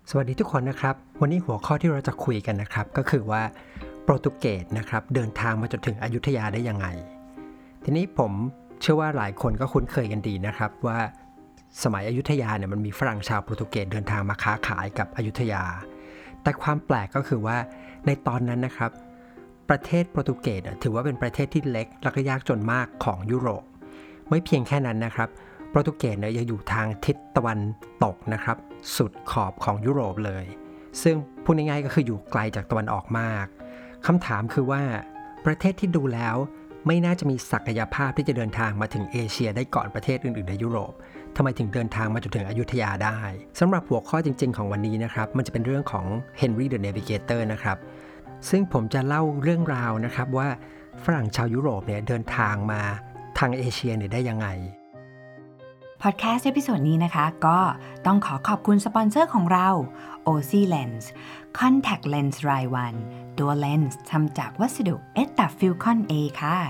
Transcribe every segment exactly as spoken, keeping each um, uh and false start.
สวัสดีทุกคนนะครับวันนี้หัวข้อที่เราจะคุยกันนะครับก็คือว่าโปรตุเกสนะครับเดินทางมาจนถึงอยุธยาได้ยังไงทีนี้ผมเชื่อว่าหลายคนก็คุ้นเคยกันดีนะครับว่าสมัยอยุธยาเนี่ยมันมีฝรั่งชาวโปรตุเกสเดินทางมาค้าขายกับอยุธยาแต่ความแปลกก็คือว่าในตอนนั้นนะครับประเทศโปรตุเกสถือว่าเป็นประเทศที่เล็กและก็ยากจนมากของยุโรปไม่เพียงแค่นั้นนะครับโปรตุเกสเนี่ยยังอยู่ทางทิศตะวันตกนะครับสุดขอบของยุโรปเลยซึ่งพูดง่ายๆก็คืออยู่ไกลจากตะวันออกมากคำถามคือว่าประเทศที่ดูแล้วไม่น่าจะมีศักยภาพที่จะเดินทางมาถึงเอเชียได้ก่อนประเทศอื่นๆในยุโรปทำไมถึงเดินทางมาจนถึงอยุธยาได้สำหรับหัวข้อจริงๆของวันนี้นะครับมันจะเป็นเรื่องของ Henry the Navigator นะครับซึ่งผมจะเล่าเรื่องราวนะครับว่าฝรั่งชาวยุโรปเนี่ยเดินทางมาทางเอเชียเนี่ยได้ยังไงพอดแคสต์เอพิโซดนี้นะคะก็ต้องขอขอบคุณสปอนเซอร์ของเรา โอ ซี Lens Contact Lens รายวันตัวเลนส์ทำจากวัสดุ เอส ดับเบิลยู Filcon A ค่ะ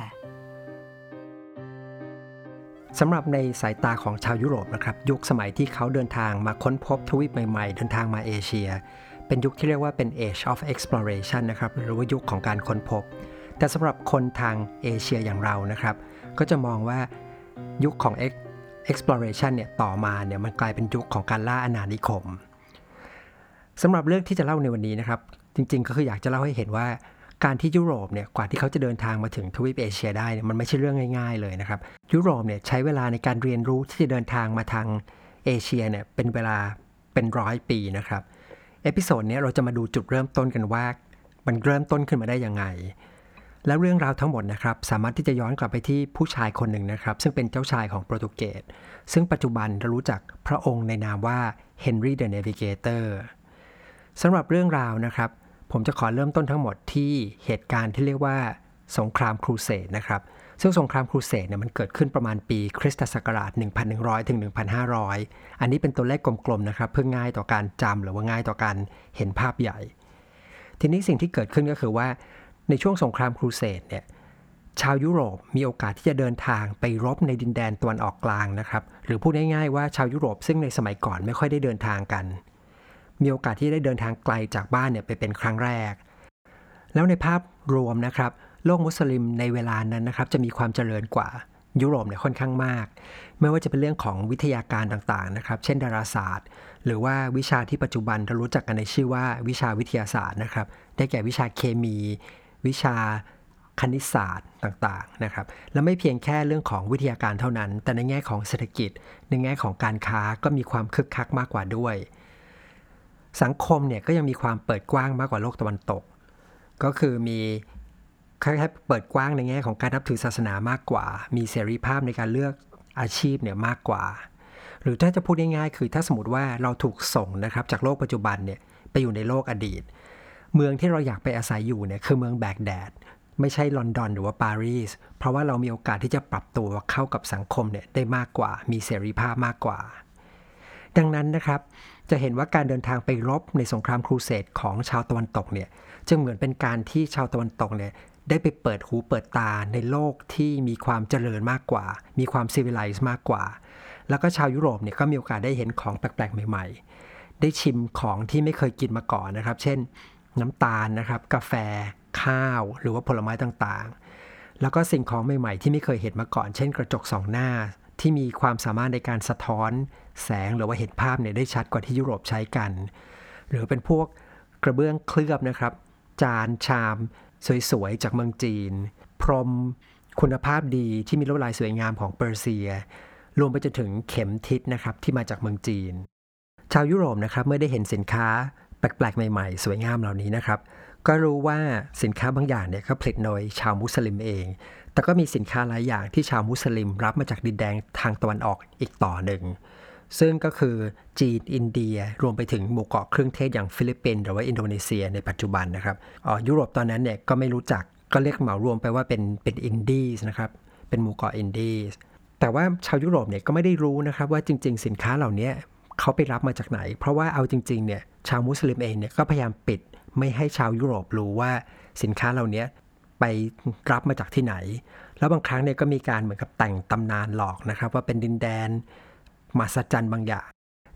สำหรับในสายตาของชาวยุโรปนะครับยุคสมัยที่เขาเดินทางมาค้นพบทวีปใหม่ๆเดินทางมาเอเชียเป็นยุคที่เรียกว่าเป็น Age of Exploration นะครับหรือว่ายุคของการค้นพบแต่สำหรับคนทางเอเชียอย่างเรานะครับก็จะมองว่ายุคของ exploration เนี่ยต่อมาเนี่ยมันกลายเป็นยุคของการล่าอาณานิคมสำหรับเรื่องที่จะเล่าในวันนี้นะครับจริงๆก็คืออยากจะเล่าให้เห็นว่าการที่ยุโรปเนี่ยกว่าที่เขาจะเดินทางมาถึงทวีปเอเชียได้เนี่ยมันไม่ใช่เรื่องง่ายๆเลยนะครับยุโรปเนี่ยใช้เวลาในการเรียนรู้ที่จะเดินทางมาทางเอเชียเนี่ยเป็นเวลาเป็นร้อยปีนะครับเอพิโซดนี้เราจะมาดูจุดเริ่มต้นกันว่ามันเริ่มต้นขึ้นมาได้ยังไงและเรื่องราวทั้งหมดนะครับสามารถที่จะย้อนกลับไปที่ผู้ชายคนหนึ่งนะครับซึ่งเป็นเจ้าชายของโปรตุเกสซึ่งปัจจุบันเรารู้จักพระองค์ในนามว่า Henry the Navigator สำหรับเรื่องราวนะครับผมจะขอเริ่มต้นทั้งหมดที่เหตุการณ์ที่เรียกว่าสงครามครูเสดนะครับซึ่งสงครามครูเสดเนี่ยมันเกิดขึ้นประมาณปีคริสตศักราช หนึ่งพันหนึ่งร้อย ถึง หนึ่งพันห้าร้อย อันนี้เป็นตัวเลขกลมๆนะครับเพื่อง่ายต่อการจำหรือว่าง่ายต่อการเห็นภาพใหญ่ทีนี้สิ่งที่เกิดขึ้นก็คือว่าในช่วงสงครามครูเสดเนี่ยชาวยุโรปมีโอกาสที่จะเดินทางไปรบในดินแดนตะวันออกกลางนะครับหรือพูดง่ายๆว่าชาวยุโรปซึ่งในสมัยก่อนไม่ค่อยได้เดินทางกันมีโอกาสที่ได้เดินทางไกลจากบ้านเนี่ยไปเป็นครั้งแรกแล้วในภาพรวมนะครับโลกมุสลิมในเวลานั้นนะครับจะมีความเจริญกว่ายุโรปเนี่ยค่อนข้างมากไม่ว่าจะเป็นเรื่องของวิทยาการต่างๆนะครับเช่นดาราศาสตร์หรือว่าวิชาที่ปัจจุบันเรารู้จักกันในชื่อว่าวิชาวิทยาศาสตร์นะครับได้แก่วิชาเคมีวิชาคณิตศาสตร์ต่างๆนะครับและไม่เพียงแค่เรื่องของวิทยาการเท่านั้นแต่ในแง่ของเศรษฐกิจในแง่ของการค้าก็มีความคึกคักมากกว่าด้วยสังคมเนี่ยก็ยังมีความเปิดกว้างมากกว่าโลกตะวันตกก็คือมีคล้ายๆเปิดกว้างในแง่ของการนับถือศาสนามากกว่ามีเสรีภาพในการเลือกอาชีพเนี่ยมากกว่าหรือถ้าจะพูดง่ายๆคือถ้าสมมติว่าเราถูกส่งนะครับจากโลกปัจจุบันเนี่ยไปอยู่ในโลกอดีตเมืองที่เราอยากไปอาศัยอยู่เนี่ยคือเมืองแบกแดดไม่ใช่ลอนดอนหรือว่าปารีสเพราะว่าเรามีโอกาสที่จะปรับตัวเข้ากับสังคมเนี่ยได้มากกว่ามีเสรีภาพมากกว่าดังนั้นนะครับจะเห็นว่าการเดินทางไปรบในสงครามครูเสดของชาวตะวันตกเนี่ยจึงเหมือนเป็นการที่ชาวตะวันตกเนี่ยได้ไปเปิดหูเปิดตาในโลกที่มีความเจริญมากกว่ามีความซีวิไลซ์มากกว่าแล้วก็ชาวยุโรปเนี่ยก็มีโอกาสได้เห็นของแปลกๆใหม่ๆได้ชิมของที่ไม่เคยกินมาก่อนนะครับเช่นน้ำตาลนะครับกาแฟข้าวหรือว่าผลไม้ต่างๆแล้วก็สิ่งของใหม่ๆที่ไม่เคยเห็นมาก่อนเช่นกระจกสองหน้าที่มีความสามารถในการสะท้อนแสงหรือว่าเห็นภาพเนี่ยได้ชัดกว่าที่ยุโรปใช้กันหรือเป็นพวกกระเบื้องเคลือบนะครับจานชามสวยๆจากเมืองจีนพรมคุณภาพดีที่มีลวดลายสวยงามของเปอร์เซียรวมไปจนถึงเข็มทิศนะครับที่มาจากเมืองจีนชาวยุโรปนะครับเมื่อได้เห็นสินค้าแปลกๆใหม่ๆสวยงามเหล่านี้นะครับก็รู้ว่าสินค้าบางอย่างเนี่ยเขาผลิตโดยชาวมุสลิมเองแต่ก็มีสินค้าหลายอย่างที่ชาวมุสลิมรับมาจากดินแดนทางตะวันออกอีกต่อหนึ่งซึ่งก็คือจีนอินเดียรวมไปถึงหมู่เกาะเครื่องเทศอย่างฟิลิปปินส์หรือว่าอินโดนีเซียในปัจจุบันนะครับอ๋อยุโรปตอนนั้นเนี่ยก็ไม่รู้จักก็เรียกเหมารวมไปว่าเป็นเป็นอินดีสนะครับเป็นหมู่เกาะอินดีสแต่ว่าชาวยุโรปเนี่ยก็ไม่ได้รู้นะครับว่าจริงๆสินค้าเหล่านี้เขาไปรับมาจากไหนเพราะว่าเอาจริงๆเนี่ยชาวมุสลิมเองเนี่ยก็พยายามปิดไม่ให้ชาวยุโรปรู้ว่าสินค้าเหล่านี้ไปรับมาจากที่ไหนแล้วบางครั้งเนี่ยก็มีการเหมือนกับแต่งตำนานหลอกนะครับว่าเป็นดินแดนมหัศจรรย์บางอย่าง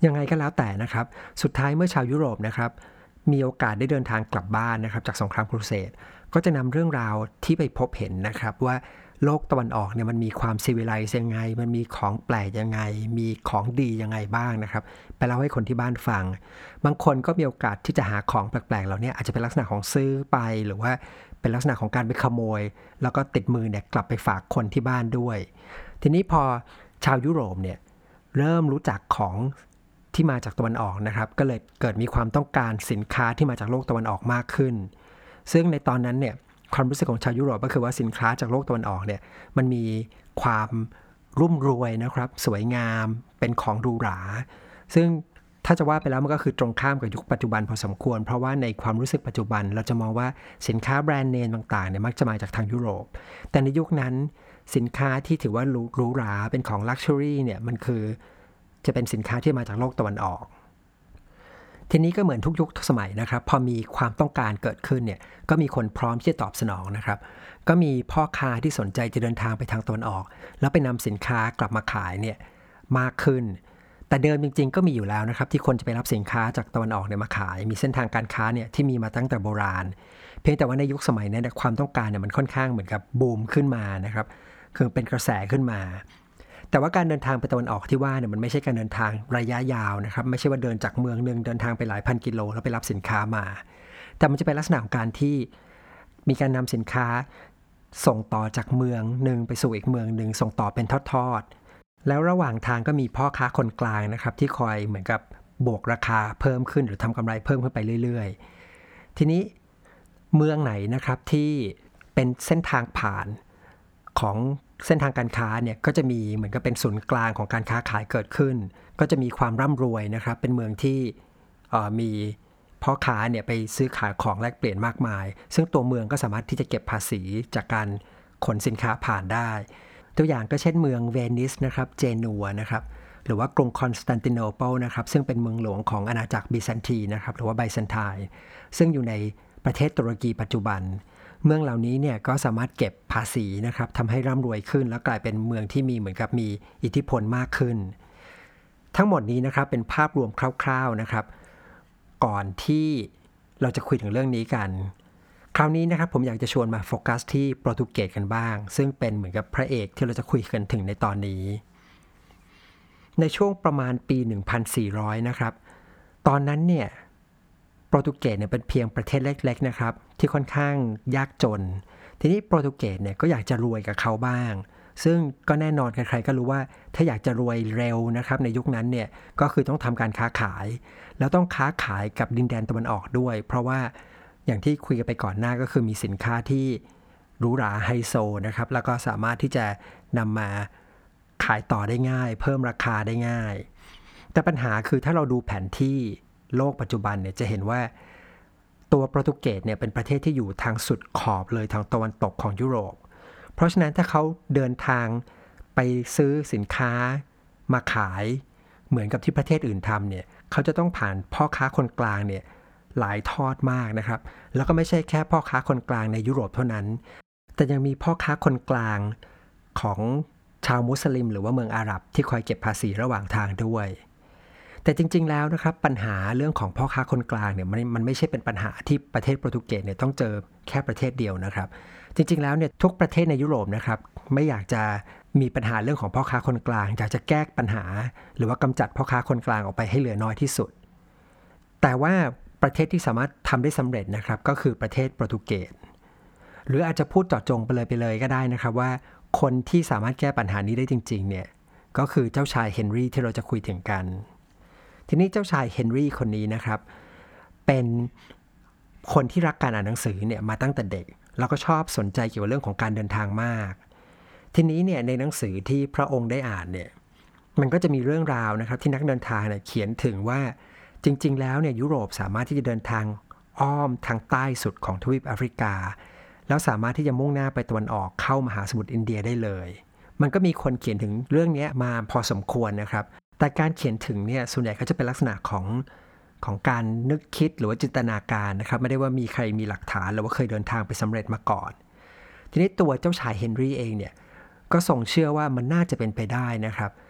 ยังไงก็แล้วแต่นะครับสุดท้ายเมื่อชาวยุโรปนะครับมีโอกาสได้เดินทางกลับบ้านนะครับจากสงครามครูเสดก็จะนำเรื่องราวที่ไปพบเห็นนะครับว่าโลกตะวันออกเนี่ยมันมีความซีวิไลซ์ยังไงมันมีของแปลกยังไงมีของดียังไงบ้างนะครับไปเล่าให้คนที่บ้านฟังบางคนก็มีโอกาสที่จะหาของแปลกๆเหล่านี้อาจจะเป็นลักษณะของซื้อไปหรือว่าเป็นลักษณะของการไปขโมยแล้วก็ติดมือเนี่ยกลับไปฝากคนที่บ้านด้วยทีนี้พอชาวยุโรปเนี่ยเริ่มรู้จักของที่มาจากตะวันออกนะครับก็เลยเกิดมีความต้องการสินค้าที่มาจากโลกตะวันออกมากขึ้นซึ่งในตอนนั้นเนี่ยความรู้สึกของชาวยุโรปก็คือว่าสินค้าจากโลกตะวันออกเนี่ยมันมีความรุ่มรวยนะครับสวยงามเป็นของหรูหราซึ่งถ้าจะว่าไปแล้วมันก็คือตรงข้ามกับยุคปัจจุบันพอสมควรเพราะว่าในความรู้สึกปัจจุบันเราจะมองว่าสินค้าแบรนด์เนมต่างๆเนี่ยมักจะมาจากทางยุโรปแต่ในยุคนั้นสินค้าที่ถือว่าหรูหราเป็นของลักชัวรี่เนี่ยมันคือจะเป็นสินค้าที่มาจากโลกตะวันออกทีนี้ก็เหมือนทุกยุคทุกสมัยนะครับพอมีความต้องการเกิดขึ้นเนี่ยก็มีคนพร้อมที่จะตอบสนองนะครับก็มีพ่อค้าที่สนใจจะเดินทางไปทางตะวันออกแล้วไปนำสินค้ากลับมาขายเนี่ยมากขึ้นแต่เดิมจริงๆก็มีอยู่แล้วนะครับที่คนจะไปรับสินค้าจากตะวันออกเนี่ยมาขายมีเส้นทางการค้าเนี่ยที่มีมาตั้งแต่โบราณเพียงแต่ว่าในยุคสมัยนั้นความต้องการเนี่ยมันค่อนข้างเหมือนกับบูมขึ้นมานะครับคือเป็นกระแสขึ้นมาแต่ว่าการเดินทางไปตะวันออกที่ว่าเนี่ยมันไม่ใช่การเดินทางระยะยาวนะครับไม่ใช่ว่าเดินจากเมืองนึงเดินทางไปหลายพันกิโลแล้วไปรับสินค้ามาแต่มันจะเป็นลักษณะของการที่มีการนำสินค้าส่งต่อจากเมืองนึงไปสู่อีกเมืองนึงส่งต่อเป็นทอดๆแล้วระหว่างทางก็มีพ่อค้าคนกลางนะครับที่คอยเหมือนกับบวกราคาเพิ่มขึ้นหรือทำกำไรเพิ่มขึ้นไปเรื่อยๆทีนี้เมืองไหนนะครับที่เป็นเส้นทางผ่านของเส้นทางการค้าเนี่ยก็จะมีเหมือนกับเป็นศูนย์กลางของการค้าขายเกิดขึ้นก็จะมีความร่ำรวยนะครับเป็นเมืองที่มีพ่อค้าเนี่ยไปซื้อขายของแลกเปลี่ยนมากมายซึ่งตัวเมืองก็สามารถที่จะเก็บภาษีจากการขนสินค้าผ่านได้ตัวอย่างก็เช่นเมืองเวนิสนะครับเจนัวนะครับหรือว่ากรุงคอนสแตนติโนเปิลนะครับซึ่งเป็นเมืองหลวงของอาณาจักรบิแซนตีนนะครับหรือว่าไบแซนไทน์ซึ่งอยู่ในประเทศตุรกีปัจจุบันเมืองเหล่านี้เนี่ยก็สามารถเก็บภาษีนะครับทำให้ร่ำรวยขึ้นแล้วกลายเป็นเมืองที่มีเหมือนกับมีอิทธิพลมากขึ้นทั้งหมดนี้นะครับเป็นภาพรวมคร่าวๆนะครับก่อนที่เราจะคุยถึงเรื่องนี้กันคราวนี้นะครับผมอยากจะชวนมาโฟกัสที่โปรตุเกสกันบ้างซึ่งเป็นเหมือนกับพระเอกที่เราจะคุยกันถึงในตอนนี้ในช่วงประมาณปีหนึ่งพันสี่ร้อยนะครับตอนนั้นเนี่ยโปรตุเกสเนี่ยเป็นเพียงประเทศเล็กๆนะครับที่ค่อนข้างยากจนทีนี้โปรตุเกสเนี่ยก็อยากจะรวยกับเขาบ้างซึ่งก็แน่นอนใครๆก็รู้ว่าถ้าอยากจะรวยเร็วนะครับในยุคนั้นเนี่ยก็คือต้องทำการค้าขายแล้วต้องค้าขายกับดินแดนตะวันออกด้วยเพราะว่าอย่างที่คุยกันไปก่อนหน้าก็คือมีสินค้าที่หรูหราไฮโซนะครับแล้วก็สามารถที่จะนำมาขายต่อได้ง่ายเพิ่มราคาได้ง่ายแต่ปัญหาคือถ้าเราดูแผนที่โลกปัจจุบันเนี่ยจะเห็นว่าตัวโปรตุเกสเนี่ยเป็นประเทศที่อยู่ทางสุดขอบเลยทางตะวันตกของยุโรปเพราะฉะนั้นถ้าเขาเดินทางไปซื้อสินค้ามาขายเหมือนกับที่ประเทศอื่นทำเนี่ยเขาจะต้องผ่านพ่อค้าคนกลางเนี่ยหลายทอดมากนะครับแล้วก็ไม่ใช่แค่พ่อค้าคนกลางในยุโรปเท่านั้นแต่ยังมีพ่อค้าคนกลางของชาวมุสลิมหรือว่าเมืองอาหรับที่คอยเก็บภาษีระหว่างทางด้วยแต่จริงๆแล้วนะครับปัญหาเรื่องของพ่อค้าคนกลางเนี่ยมันมันไม่ใช่เป็นปัญหาที่ประเทศโปรตุเกสเนี่ยต้องเจอแค่ประเทศเดียวนะครับจริงๆแล้วเนี่ยทุกประเทศในยุโรปนะครับไม่อยากจะมีปัญหาเรื่องของพ่อค้าคนกลางอยากจะแก้ปัญหาหรือว่ากำจัดพ่อค้าคนกลางออกไปให้เหลือน้อยที่สุดแต่ว่าประเทศที่สามารถทำได้สำเร็จนะครับก็คือประเทศโปรตุเกสหรืออาจจะพูดเจาะจงไปเลยไปเลยก็ได้นะครับว่าคนที่สามารถแก้ปัญหานี้ได้จริงๆเนี่ยก็คือเจ้าชายเฮนรี่ที่เราจะคุยถึงกันทีนี้เจ้าชายเฮนรี่คนนี้นะครับเป็นคนที่รักการอ่านหนังสือเนี่ยมาตั้งแต่เด็กแล้วก็ชอบสนใจเกี่ยวกับเรื่องของการเดินทางมากทีนี้เนี่ยในหนังสือที่พระองค์ได้อ่านเนี่ยมันก็จะมีเรื่องราวนะครับที่นักเดินทางเนี่ยเขียนถึงว่าจริงๆแล้วเนี่ยยุโรปสามารถที่จะเดินทางอ้อมทางใต้สุดของทวีปแอฟริกาแล้วสามารถที่จะมุ่งหน้าไปตะวันออกเข้ามหาสมุทรอินเดียได้เลยมันก็มีคนเขียนถึงเรื่องนี้มาพอสมควรนะครับแต่การเขียนถึงเนี่ยส่วนใหญ่ก็จะเป็นลักษณะของของการนึกคิดหรือว่าจินตนาการนะครับไม่ได้ว่ามีใครมีหลักฐานหรือว่าเคยเดินทางไปสำเร็จมาก่อนทีนี้ตัวเจ้าชายเฮนรี่เองเนี่ยก็ทรงเชื่อว่ามันน่าจะเป็นไปได้นะครับ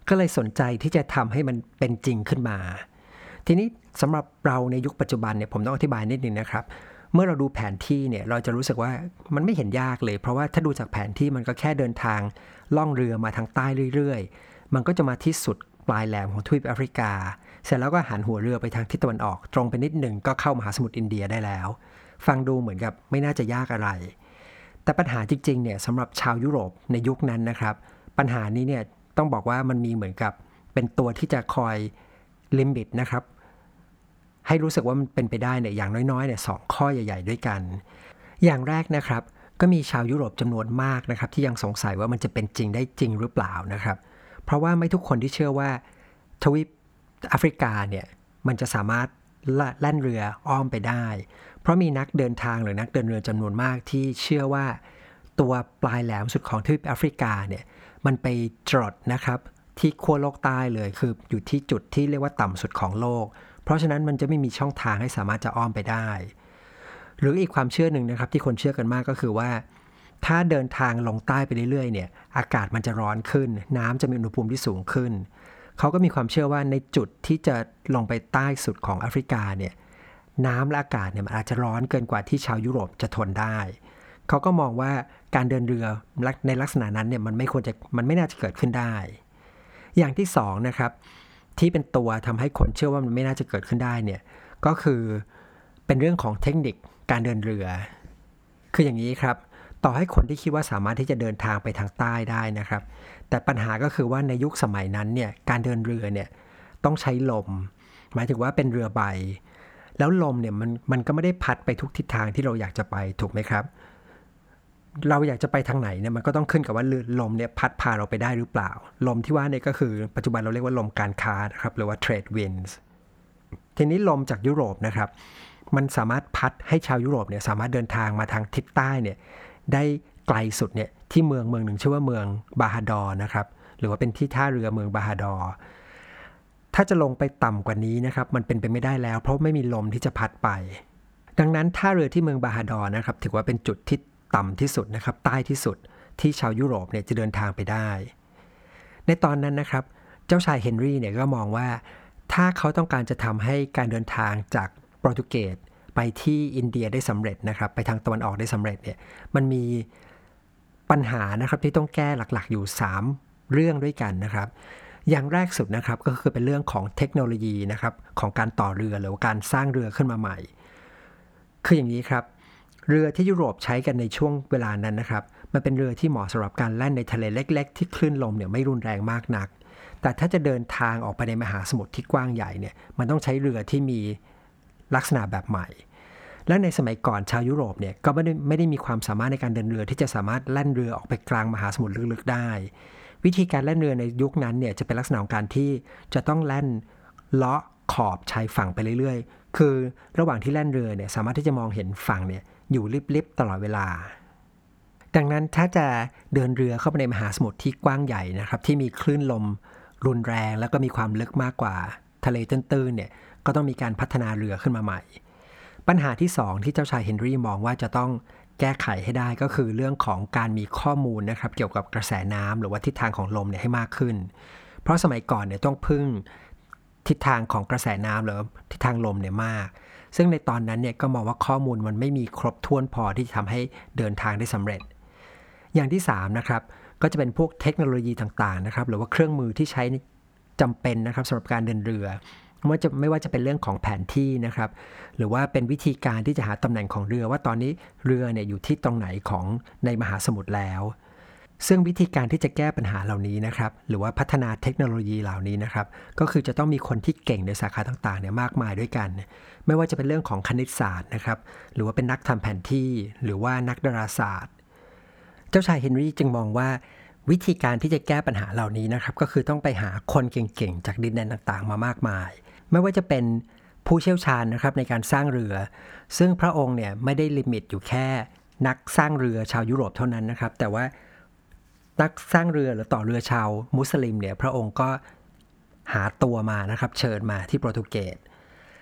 ก็เลยสนใจที่จะทำให้มันเป็นจริงขึ้นมาทีนี้สำหรับเราในยุคปัจจุบันเนี่ยผมต้องอธิบายนิดนึงนะครับเมื่อเราดูแผนที่เนี่ยเราจะรู้สึกว่ามันไม่เห็นยากเลยเพราะว่าถ้าดูจากแผนที่มันก็แค่เดินทางล่องเรือมาทางใต้เรื่อยๆมันก็จะมาที่สุดปลายแหลมของทวีปแอฟริกาเสร็จแล้วก็หันหัวเรือไปทางทิศตะวันออกตรงไปนิดหนึ่งก็เข้ามหาสมุทรอินเดียได้แล้วฟังดูเหมือนกับไม่น่าจะยากอะไรแต่ปัญหาจริงๆเนี่ยสำหรับชาวยุโรปในยุคนั้นนะครับปัญหานี้เนี่ยต้องบอกว่ามันมีเหมือนกับเป็นตัวที่จะคอยลิมิตนะครับให้รู้สึกว่ามันเป็นไปได้เนี่ยอย่างน้อยๆเนี่ยสองข้อใหญ่ๆด้วยกันอย่างแรกนะครับก็มีชาวยุโรปจำนวนมากนะครับที่ยังสงสัยว่ามันจะเป็นจริงได้จริงหรือเปล่านะครับเพราะว่าไม่ทุกคนที่เชื่อว่าทวีปแอฟริกาเนี่ยมันจะสามารถแล่นเรืออ้อมไปได้เพราะมีนักเดินทางหรือนักเดินเรือจำนวนมากที่เชื่อว่าตัวปลายแหลมสุดของทวีปแอฟริกาเนี่ยมันไปจรดนะครับที่ขั้วโลกใต้เลยคืออยู่ที่จุดที่เรียกว่าต่ำสุดของโลกเพราะฉะนั้นมันจะไม่มีช่องทางให้สามารถจะอ้อมไปได้หรืออีกความเชื่อหนึ่งนะครับที่คนเชื่อกันมากก็คือว่าถ้าเดินทางลงใต้ไปเรื่อยๆเนี่ยอากาศมันจะร้อนขึ้นน้ำจะมีอุณหภูมิที่สูงขึ้นเขาก็มีความเชื่อว่าในจุดที่จะลงไปใต้สุดของแอฟริกาเนี่ยน้ำและอากาศเนี่ยมันอาจจะร้อนเกินกว่าที่ชาวยุโรปจะทนได้เขาก็มองว่าการเดินเรือในลักษณะนั้นเนี่ยมันไม่ควรจะมันไม่น่าจะเกิดขึ้นได้อย่างที่สองนะครับที่เป็นตัวทำให้คนเชื่อว่ามันไม่น่าจะเกิดขึ้นได้เนี่ยก็คือเป็นเรื่องของเทคนิคการเดินเรือคืออย่างนี้ครับต่อให้คนที่คิดว่าสามารถที่จะเดินทางไปทางใต้ได้นะครับแต่ปัญหาก็คือว่าในยุคสมัยนั้นเนี่ยการเดินเรือเนี่ยต้องใช้ลมหมายถึงว่าเป็นเรือใบแล้วลมเนี่ยมันมันก็ไม่ได้พัดไปทุกทิศทางที่เราอยากจะไปถูกไหมครับเราอยากจะไปทางไหนเนี่ยมันก็ต้องขึ้นกับว่าลมเนี่ยพัดพาเราไปได้หรือเปล่าลมที่ว่าเนี่ยก็คือปัจจุบันเราเรียกว่าลมการค้านะครับหรือว่า trade winds ทีนี้ลมจากยุโรปนะครับมันสามารถพัดให้ชาวยุโรปเนี่ยสามารถเดินทางมาทางทิศใต้เนี่ยได้ไกลสุดเนี่ยที่เมืองเมืองหนึ่งชื่อว่าเมืองบาฮาดอร์นะครับหรือว่าเป็นที่ท่าเรือเมืองบาฮาดอร์ถ้าจะลงไปต่ำกว่านี้นะครับมันเป็นไปไม่ได้แล้วเพราะไม่มีลมที่จะพัดไปดังนั้นท่าเรือที่เมืองบาฮาดอร์นะครับถือว่าเป็นจุดที่ต่ำที่สุดนะครับใต้ที่สุดที่ชาวยุโรปเนี่ยจะเดินทางไปได้ในตอนนั้นนะครับเจ้าชายเฮนรี่เนี่ยก็มองว่าถ้าเขาต้องการจะทำให้การเดินทางจากโปรตุเกสไปที่อินเดียได้สำเร็จนะครับไปทางตะวันออกได้สำเร็จเนี่ยมันมีปัญหานะครับที่ต้องแก้หลักๆอยู่สามเรื่องด้วยกันนะครับอย่างแรกสุดนะครับก็คือเป็นเรื่องของเทคโนโลยีนะครับของการต่อเรือหรือว่าการสร้างเรือขึ้นมาใหม่คืออย่างนี้ครับเรือที่ยุโรปใช้กันในช่วงเวลานั้นนะครับมันเป็นเรือที่เหมาะสำหรับการแล่นในทะเลเล็กๆที่คลื่นลมเนี่ยไม่รุนแรงมากนักแต่ถ้าจะเดินทางออกไปในมหาสมุทรที่กว้างใหญ่เนี่ยมันต้องใช้เรือที่มีลักษณะแบบใหม่และในสมัยก่อนชาวยุโรปเนี่ยก็ไม่ได้ไม่ได้มีความสามารถในการเดินเรือที่จะสามารถแล่นเรือออกไปกลางมหาสมุทรลึกๆได้วิธีการแล่นเรือในยุคนั้นเนี่ยจะเป็นลักษณะของการที่จะต้องแล่นเลาะขอบชายฝั่งไปเรื่อยๆคือระหว่างที่แล่นเรือเนี่ยสามารถที่จะมองเห็นฝั่งเนี่ยอยู่ลิบๆตลอดเวลาดังนั้นถ้าจะเดินเรือเข้าไปในมหาสมุทรที่กว้างใหญ่นะครับที่มีคลื่นลมรุนแรงแล้วก็มีความลึกมากกว่าทะเลตื้นๆเนี่ยก็ต้องมีการพัฒนาเรือขึ้นมาใหม่ปัญหาที่สองที่เจ้าชายเฮนรี่มองว่าจะต้องแก้ไขให้ได้ก็คือเรื่องของการมีข้อมูลนะครับเกี่ยวกับกระแสน้ำหรือว่าทิศทางของลมเนี่ยให้มากขึ้นเพราะสมัยก่อนเนี่ยต้องพึ่งทิศทางของกระแสน้ำหรือทิศทางลมเนี่ยมากซึ่งในตอนนั้นเนี่ยก็มองว่าข้อมูลมันไม่มีครบถ้วนพอที่จะทำให้เดินทางได้สำเร็จอย่างที่สามนะครับก็จะเป็นพวกเทคโนโลยีต่างๆนะครับหรือว่าเครื่องมือที่ใช้จำเป็นนะครับสำหรับการเดินเรือไม่ว่าจะไม่ว่าจะเป็นเรื่องของแผนที่นะครับหรือว่าเป็นวิธีการที่จะหาตำแหน่งของเรือว่าตอนนี้เรือเนี่ยอยู่ที่ตรงไหนของในมหาสมุทรแล้วซึ่งวิธีการที่จะแก้ปัญหาเหล่านี้นะครับหรือว่าพัฒนาเทคโนโลยีเหล่านี้นะครับก็คือจะต้องมีคนที่เก่งในสาขาต่างๆเนี่ยมากมายด้วยกันไม่ว่าจะเป็นเรื่องของคณิตศาสตร์นะครับหรือว่าเป็นนักทำแผนที่หรือว่านักดาราศาสตร์เจ้าชายเฮนรี่จึงมองว่าวิธีการที่จะแก้ปัญหาเหล่านี้นะครับก็คือต้องไปหาคนเก่งๆจากดินแดนต่างๆมามากมายไม่ว่าจะเป็นผู้เชี่ยวชาญนะครับในการสร้างเรือซึ่งพระองค์เนี่ยไม่ได้ลิมิตอยู่แค่นักสร้างเรือชาวยุโรปเท่านั้นนะครับแต่ว่านักสร้างเรือหรือต่อเรือชาวมุสลิมเนี่ยพระองค์ก็หาตัวมานะครับเชิญมาที่โปรตุเกส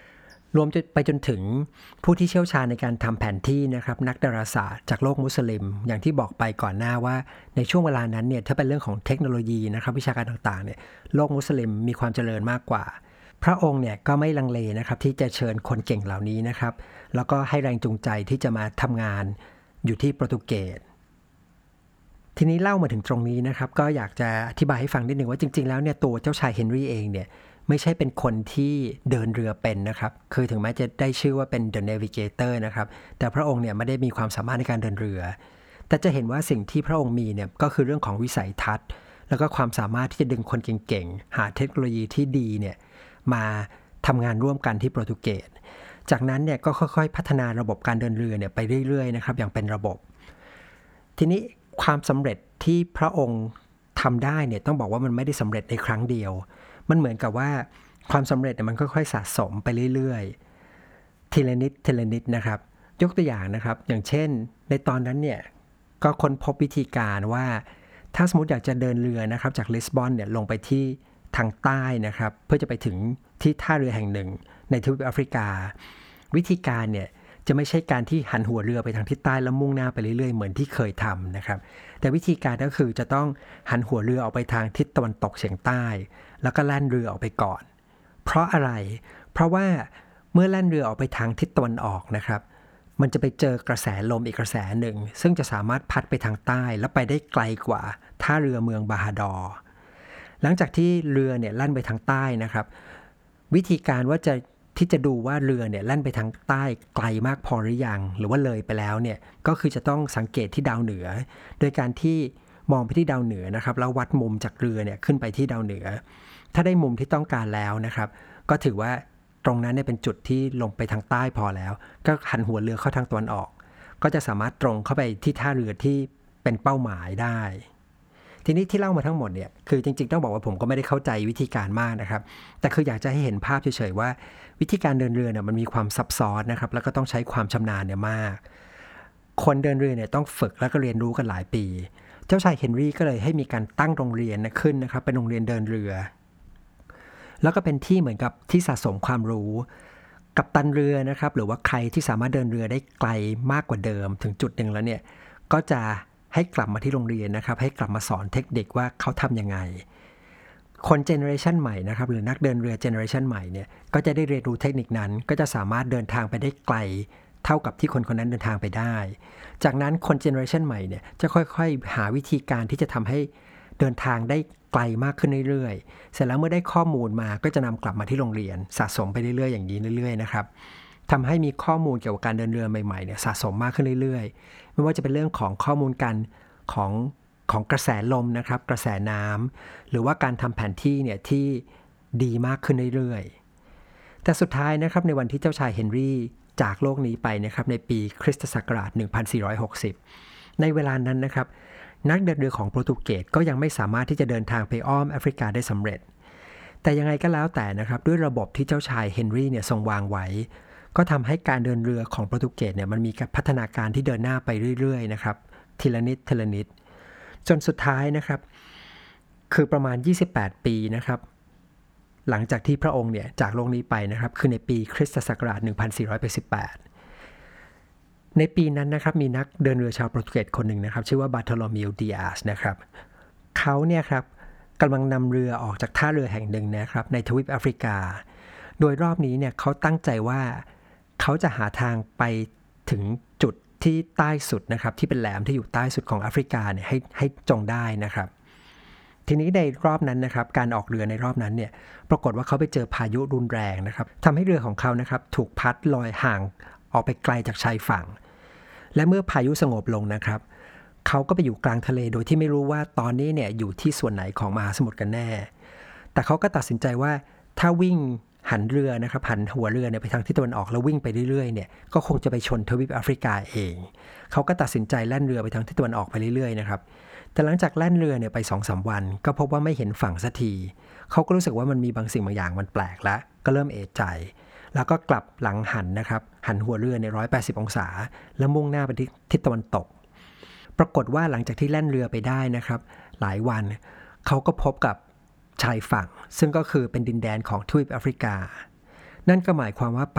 รวมไปจนถึงผู้ที่เชี่ยวชาญในการทำแผนที่นะครับนักดาราศาสตร์จากโลกมุสลิมอย่างที่บอกไปก่อนหน้าว่าในช่วงเวลานั้นเนี่ยถ้าเป็นเรื่องของเทคโนโลยีนะครับวิชาการต่างๆเนี่ยโลกมุสลิมมีความเจริญมากกว่าพระองค์เนี่ยก็ไม่ลังเลนะครับที่จะเชิญคนเก่งเหล่านี้นะครับแล้วก็ให้แรงจูงใจที่จะมาทำงานอยู่ที่โปรตุเกสทีนี้เล่ามาถึงตรงนี้นะครับก็อยากจะอธิบายให้ฟังนิดนึงว่าจริงๆแล้วเนี่ยตัวเจ้าชายเฮนรี่เองเนี่ยไม่ใช่เป็นคนที่เดินเรือเป็นนะครับคือถึงแม้จะได้ชื่อว่าเป็น The Navigator นะครับแต่พระองค์เนี่ยไม่ได้มีความสามารถในการเดินเรือแต่จะเห็นว่าสิ่งที่พระองค์มีเนี่ยก็คือเรื่องของวิสัยทัศน์แล้วก็ความสามารถที่จะดึงคนเก่งๆหาเทคโนโลยีที่ดีเนี่ยมาทำงานร่วมกันที่โปรตุเกสจากนั้นเนี่ยก็ค่อยๆพัฒนาระบบการเดินเรือเนี่ยไปเรื่อยๆนะครับอย่างเป็นระบบทีนี้ความสำเร็จที่พระองค์ทำได้เนี่ยต้องบอกว่ามันไม่ได้สำเร็จในครั้งเดียวมันเหมือนกับว่าความสำเร็จเนี่ยมันค่อยๆสะสมไปเรื่อยๆทีละนิดทีละนิดนะครับยกตัวอย่างนะครับอย่างเช่นในตอนนั้นเนี่ยก็ค้นพบวิธีการว่าถ้าสมมติอยากจะเดินเรือนะครับจากลิสบอนเนี่ยลงไปที่ทางใต้นะครับเพื่อจะไปถึงที่ท่าเรือแห่งหนึ่งในทวีปแอฟริกาวิธีการเนี่ยจะไม่ใช่การที่หันหัวเรือไปทางทิศใต้แล้วมุ่งหน้าไปเรื่อยๆเหมือนที่เคยทำนะครับแต่วิธีการก็คือจะต้องหันหัวเรือออกไปทางทิศตะวันตกเฉียงใต้แล้วก็แล่นเรือออกไปก่อนเพราะอะไรเพราะว่าเมื่อแล่นเรือออกไปทางทิศตะวันออกนะครับมันจะไปเจอกระแสลมอีกกระแสหนึ่งซึ่งจะสามารถพัดไปทางใต้แล้วไปได้ไกลกว่าท่าเรือเมืองบาฮาดอร์หลังจากที่เรือเนี่ยแล่นไปทางใต้นะครับวิธีการว่าจะที่จะดูว่าเรือเนี่ยแล่นไปทางใต้ไกลมากพอหรือยังหรือว่าเลยไปแล้วเนี่ยก็คือจะต้องสังเกตที่ดาวเหนือโดยการที่มองไปที่ดาวเหนือนะครับแล้ววัดมุมจากเรือเนี่ยขึ้นไปที่ดาวเหนือถ้าได้มุมที่ต้องการแล้วนะครับก็ถือว่าตรงนั้นเนี่ยเป็นจุดที่ลงไปทางใต้พอแล้วก็หันหัวเรือเข้าทางตะวันออกก็จะสามารถตรงเข้าไปที่ท่าเรือที่เป็นเป้าหมายได้ทีนี้ที่เล่ามาทั้งหมดเนี่ยคือจริงๆต้องบอกว่าผมก็ไม่ได้เข้าใจวิธีการมากนะครับแต่คืออยากจะให้เห็นภาพเฉยๆว่าวิธีการเดินเรือเนี่ยมันมีความซับซ้อนนะครับแล้วก็ต้องใช้ความชำนาญเนี่ยมากคนเดินเรือเนี่ยต้องฝึกแล้วก็เรียนรู้กันหลายปีเจ้าชายเฮนรี่ก็เลยให้มีการตั้งโรงเรียนนะขึ้นนะครับเป็นโรงเรียนเดินเรือแล้วก็เป็นที่เหมือนกับที่สะสมความรู้กัปตันเรือนะครับหรือว่าใครที่สามารถเดินเรือได้ไกลมากกว่าเดิมถึงจุดหนึ่งแล้วเนี่ยก็จะให้กลับมาที่โรงเรียนนะครับให้กลับมาสอนเทคนิคว่าเขาทำยังไงคนเจเนอเรชันใหม่นะครับหรือนักเดินเรือเจเนอเรชันใหม่เนี่ยก็จะได้เรียนรู้เทคนิคนั้นก็จะสามารถเดินทางไปได้ไกลเท่ากับที่คนคนนั้นเดินทางไปได้จากนั้นคนเจเนอเรชันใหม่เนี่ยจะค่อยๆหาวิธีการที่จะทำให้เดินทางได้ไกลมากขึ้นเรื่อยๆเสร็จแล้วเมื่อได้ข้อมูลมาก็จะนำกลับมาที่โรงเรียนสะสมไปเรื่อยๆอย่างนี้เรื่อยๆนะครับทำให้มีข้อมูลเกี่ยวกับการเดินเรือใหม่ๆเนี่ยสะสมมากขึ้นเรื่อยๆไม่ว่าจะเป็นเรื่องของข้อมูลการของของกระแสลมนะครับกระแสน้ำหรือว่าการทำแผนที่เนี่ยที่ดีมากขึ้นเรื่อยๆแต่สุดท้ายนะครับในวันที่เจ้าชายเฮนรี่จากโลกนี้ไปนะครับในปีคริสตศักราชหนึ่งพันสี่ร้อยหกสิบในเวลานั้นนะครับนักเดินเรือของโปรตุเกสก็ยังไม่สามารถที่จะเดินทางไปอ้อมแอฟริกาได้สำเร็จแต่ยังไงก็แล้วแต่นะครับด้วยระบบที่เจ้าชายเฮนรี่เนี่ยทรงวางไว้ก็ทำให้การเดินเรือของโปรตุเกสเนี่ยมันมีพัฒนาการที่เดินหน้าไปเรื่อยๆนะครับทีละนิดทีละนิดจนสุดท้ายนะครับคือประมาณยี่สิบแปดปีนะครับหลังจากที่พระองค์เนี่ยจากโลกนี้ไปนะครับคือในปีคริสตศักราชหนึ่งพันสี่ร้อยแปดสิบแปดในปีนั้นนะครับมีนักเดินเรือชาวโปรตุเกสคนหนึ่งนะครับชื่อว่าบาร์โทโลมิวดิอาสนะครับเขาเนี่ยครับกำลังนำเรือออกจากท่าเรือแห่งหนึ่งนะครับในทวีปแอฟริกาโดยรอบนี้เนี่ยเขาตั้งใจว่าเขาจะหาทางไปถึงจุดที่ใต้สุดนะครับที่เป็นแหลมที่อยู่ใต้สุดของแอฟริกาเนี่ยให้ให้จงได้นะครับทีนี้ในรอบนั้นนะครับการออกเรือในรอบนั้นเนี่ยปรากฏว่าเขาไปเจอพายุรุนแรงนะครับทำให้เรือของเขานะครับถูกพัดลอยห่างออกไปไกลจากชายฝั่งและเมื่อพายุสงบลงนะครับเขาก็ไปอยู่กลางทะเลโดยที่ไม่รู้ว่าตอนนี้เนี่ยอยู่ที่ส่วนไหนของมหาสมุทรกันแน่แต่เขาก็ตัดสินใจว่าถ้าวิ่งหันเรือนะครับหันหัวเรือเนี่ยไปทางทิศตะวันออกแล้ววิ่งไปเรื่อยๆเนี่ยก็คงจะไปชนทวีปแอฟริกาเองเขาก็ตัดสินใจแล่นเรือไปทางทิศตะวันออกไปเรื่อยๆนะครับแต่หลังจากแล่นเรือเนี่ยไป สองถึงสาม วันก็พบว่าไม่เห็นฝั่งสักทีเขาก็รู้สึกว่ามันมีบางสิ่งบางอย่างมันแปลกแล้วก็เริ่มเอะใจแล้วก็กลับหลังหันนะครับหันหัวเรือในหนึ่งร้อยแปดสิบองศาแล้วมุ่งหน้าไปที่ทิศตะวันตกปรากฏว่าหลังจากที่แล่นเรือไปได้นะครับหลายวันเขาก็พบกับชายฝั่งซึ่งก็คือเป็นดินแดนของทวีปแอฟริกานั่นก็หมายความว่า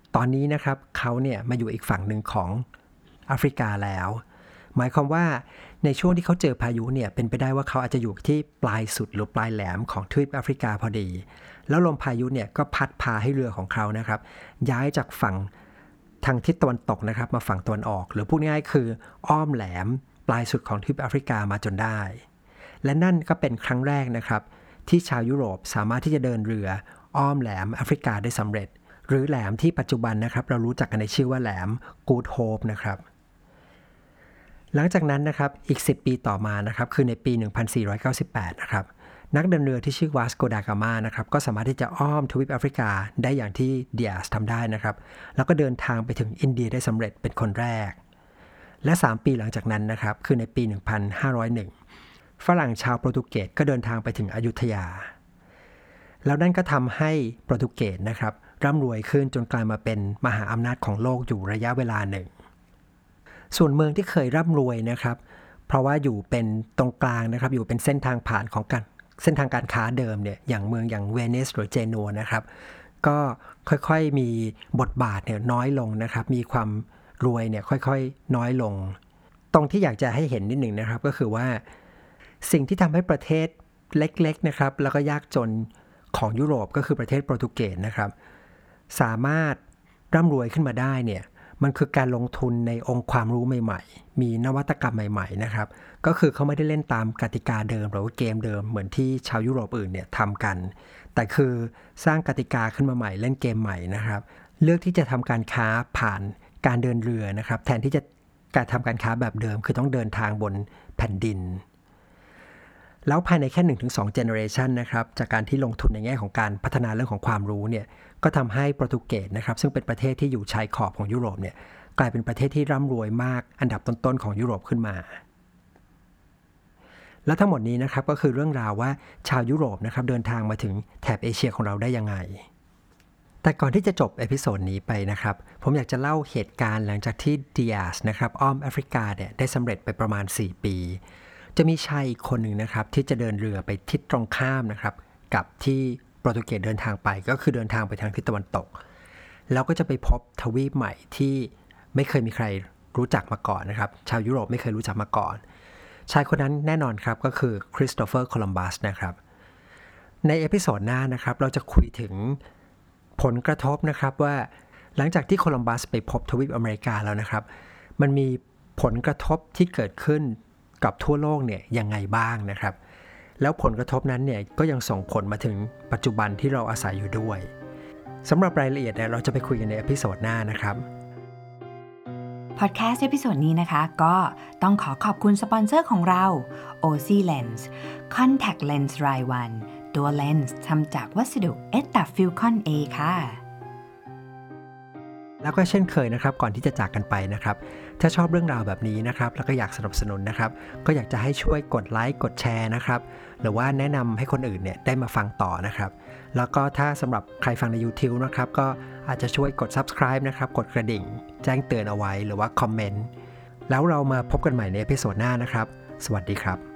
ตอนนี้นะครับเขาเนี่ยมาอยู่อีกฝั่งหนึ่งของแอฟริกาแล้วหมายความว่าในช่วงที่เขาเจอพายุเนี่ยเป็นไปได้ว่าเขาอาจจะอยู่ที่ปลายสุดหรือปลายแหลมของทวีปแอฟริกาพอดีแล้วลมพายุเนี่ยก็พัดพาให้เรือของเขานะครับย้ายจากฝั่งทางทิศตะวันตกนะครับมาฝั่งตะวันออกหรือพูดง่ายๆคืออ้อมแหลมปลายสุดของทวีปแอฟริกามาจนได้และนั่นก็เป็นครั้งแรกนะครับที่ชาวยุโรปสามารถที่จะเดินเรืออ้อมแหลมแอฟริกาได้สำเร็จหรือแหลมที่ปัจจุบันนะครับเรารู้จักกันในชื่อว่าแหลมกูดโฮปนะครับหลังจากนั้นนะครับอีกสิบปีต่อมานะครับคือในปีหนึ่งพันสี่ร้อยเก้าสิบแปดนะครับนักเดินเรือที่ชื่อวาสโกดากามานะครับก็สามารถที่จะอ้อมทวีปแอฟริกาได้อย่างที่เดียสทำได้นะครับแล้วก็เดินทางไปถึงอินเดียได้สำเร็จเป็นคนแรกและสามปีหลังจากนั้นนะครับคือในปีหนึ่งพันห้าร้อยเอ็ดฝรั่งชาวโปรตุเกสก็เดินทางไปถึงอยุธยาแล้วนั่นก็ทำให้โปรตุเกสนะครับร่ำรวยขึ้นจนกลายมาเป็นมหาอำนาจของโลกอยู่ระยะเวลาหนึ่งส่วนเมืองที่เคยร่ำรวยนะครับเพราะว่าอยู่เป็นตรงกลางนะครับอยู่เป็นเส้นทางผ่านของการเส้นทางการค้าเดิมเนี่ยอย่างเมืองอย่างเวนิสหรือเจนัวนะครับก็ค่อยๆมีบทบาทเนี่ยน้อยลงนะครับมีความรวยเนี่ยค่อยๆน้อยลงตรงที่อยากจะให้เห็นนิดหนึ่งนะครับก็คือว่าสิ่งที่ทำให้ประเทศเล็กๆนะครับแล้วก็ยากจนของยุโรปก็คือประเทศโปรตุเกสนะครับสามารถร่ำรวยขึ้นมาได้เนี่ยมันคือการลงทุนในองค์ความรู้ใหม่ๆมีนวัตกรรมใหม่ๆนะครับก็คือเขาไม่ได้เล่นตามกติกาเดิมหรือว่าเกมเดิมเหมือนที่ชาวยุโรปอื่นเนี่ยทำกันแต่คือสร้างกติกาขึ้นมาใหม่เล่นเกมใหม่นะครับเลือกที่จะทำการค้าผ่านการเดินเรือนะครับแทนที่จะการทำการค้าแบบเดิมคือต้องเดินทางบนแผ่นดินแล้วภายในแค่ หนึ่งถึงสอง generation นะครับจากการที่ลงทุนในแง่ของการพัฒนาเรื่องของความรู้เนี่ยก็ทำให้โปรตุเกสนะครับซึ่งเป็นประเทศที่อยู่ชายขอบของยุโรปเนี่ยกลายเป็นประเทศที่ร่ำรวยมากอันดับต้นๆของยุโรปขึ้นมาและทั้งหมดนี้นะครับก็คือเรื่องราวว่าชาวยุโรปนะครับเดินทางมาถึงแถบเอเชียของเราได้ยังไงแต่ก่อนที่จะจบเอพิโซดนี้ไปนะครับผมอยากจะเล่าเหตุการณ์หลังจากที่เดียสนะครับอ้อมแอฟริกาเนี่ยได้สำเร็จไปประมาณสี่ปีจะมีชายอีกคนหนึ่งนะครับที่จะเดินเรือไปทิศตรงข้ามนะครับกับที่โปรตุเกสเดินทางไปก็คือเดินทางไปทางทิศตะวันตกแล้วก็จะไปพบทวีปใหม่ที่ไม่เคยมีใครรู้จักมาก่อนนะครับชาวยุโรปไม่เคยรู้จักมาก่อนชายคนนั้นแน่นอนครับก็คือคริสโตเฟอร์โคลัมบัสนะครับในเอพิโซดหน้านะครับเราจะคุยถึงผลกระทบนะครับว่าหลังจากที่โคลัมบัสไปพบทวีปอเมริกาแล้วนะครับมันมีผลกระทบที่เกิดขึ้นกับทั่วโลกเนี่ยยังไงบ้างนะครับแล้วผลกระทบนั้นเนี่ยก็ยังส่งผลมาถึงปัจจุบันที่เราอาศัยอยู่ด้วยสำหรับรายละเอียดเนี่ยเราจะไปคุยกันในเอพิโซดหน้านะครับพอดแคสต์เอพิโซดนี้นะคะก็ต้องขอขอบคุณสปอนเซอร์ของเรา โอ ซี Lens Contact Lens รายวันตัวเลนส์ทำจากวัสดุ เอส ดับ Filcon A ค่ะแล้วก็เช่นเคยนะครับก่อนที่จะจากกันไปนะครับถ้าชอบเรื่องราวแบบนี้นะครับแล้วก็อยากสนับสนุนนะครับก็อยากจะให้ช่วยกดไลค์กดแชร์นะครับหรือว่าแนะนำให้คนอื่นเนี่ยได้มาฟังต่อนะครับแล้วก็ถ้าสำหรับใครฟังใน YouTube นะครับก็อาจจะช่วยกด Subscribe นะครับกดกระดิ่งแจ้งเตือนเอาไว้หรือว่าคอมเมนต์แล้วเรามาพบกันใหม่ในเอพิโซดหน้านะครับสวัสดีครับ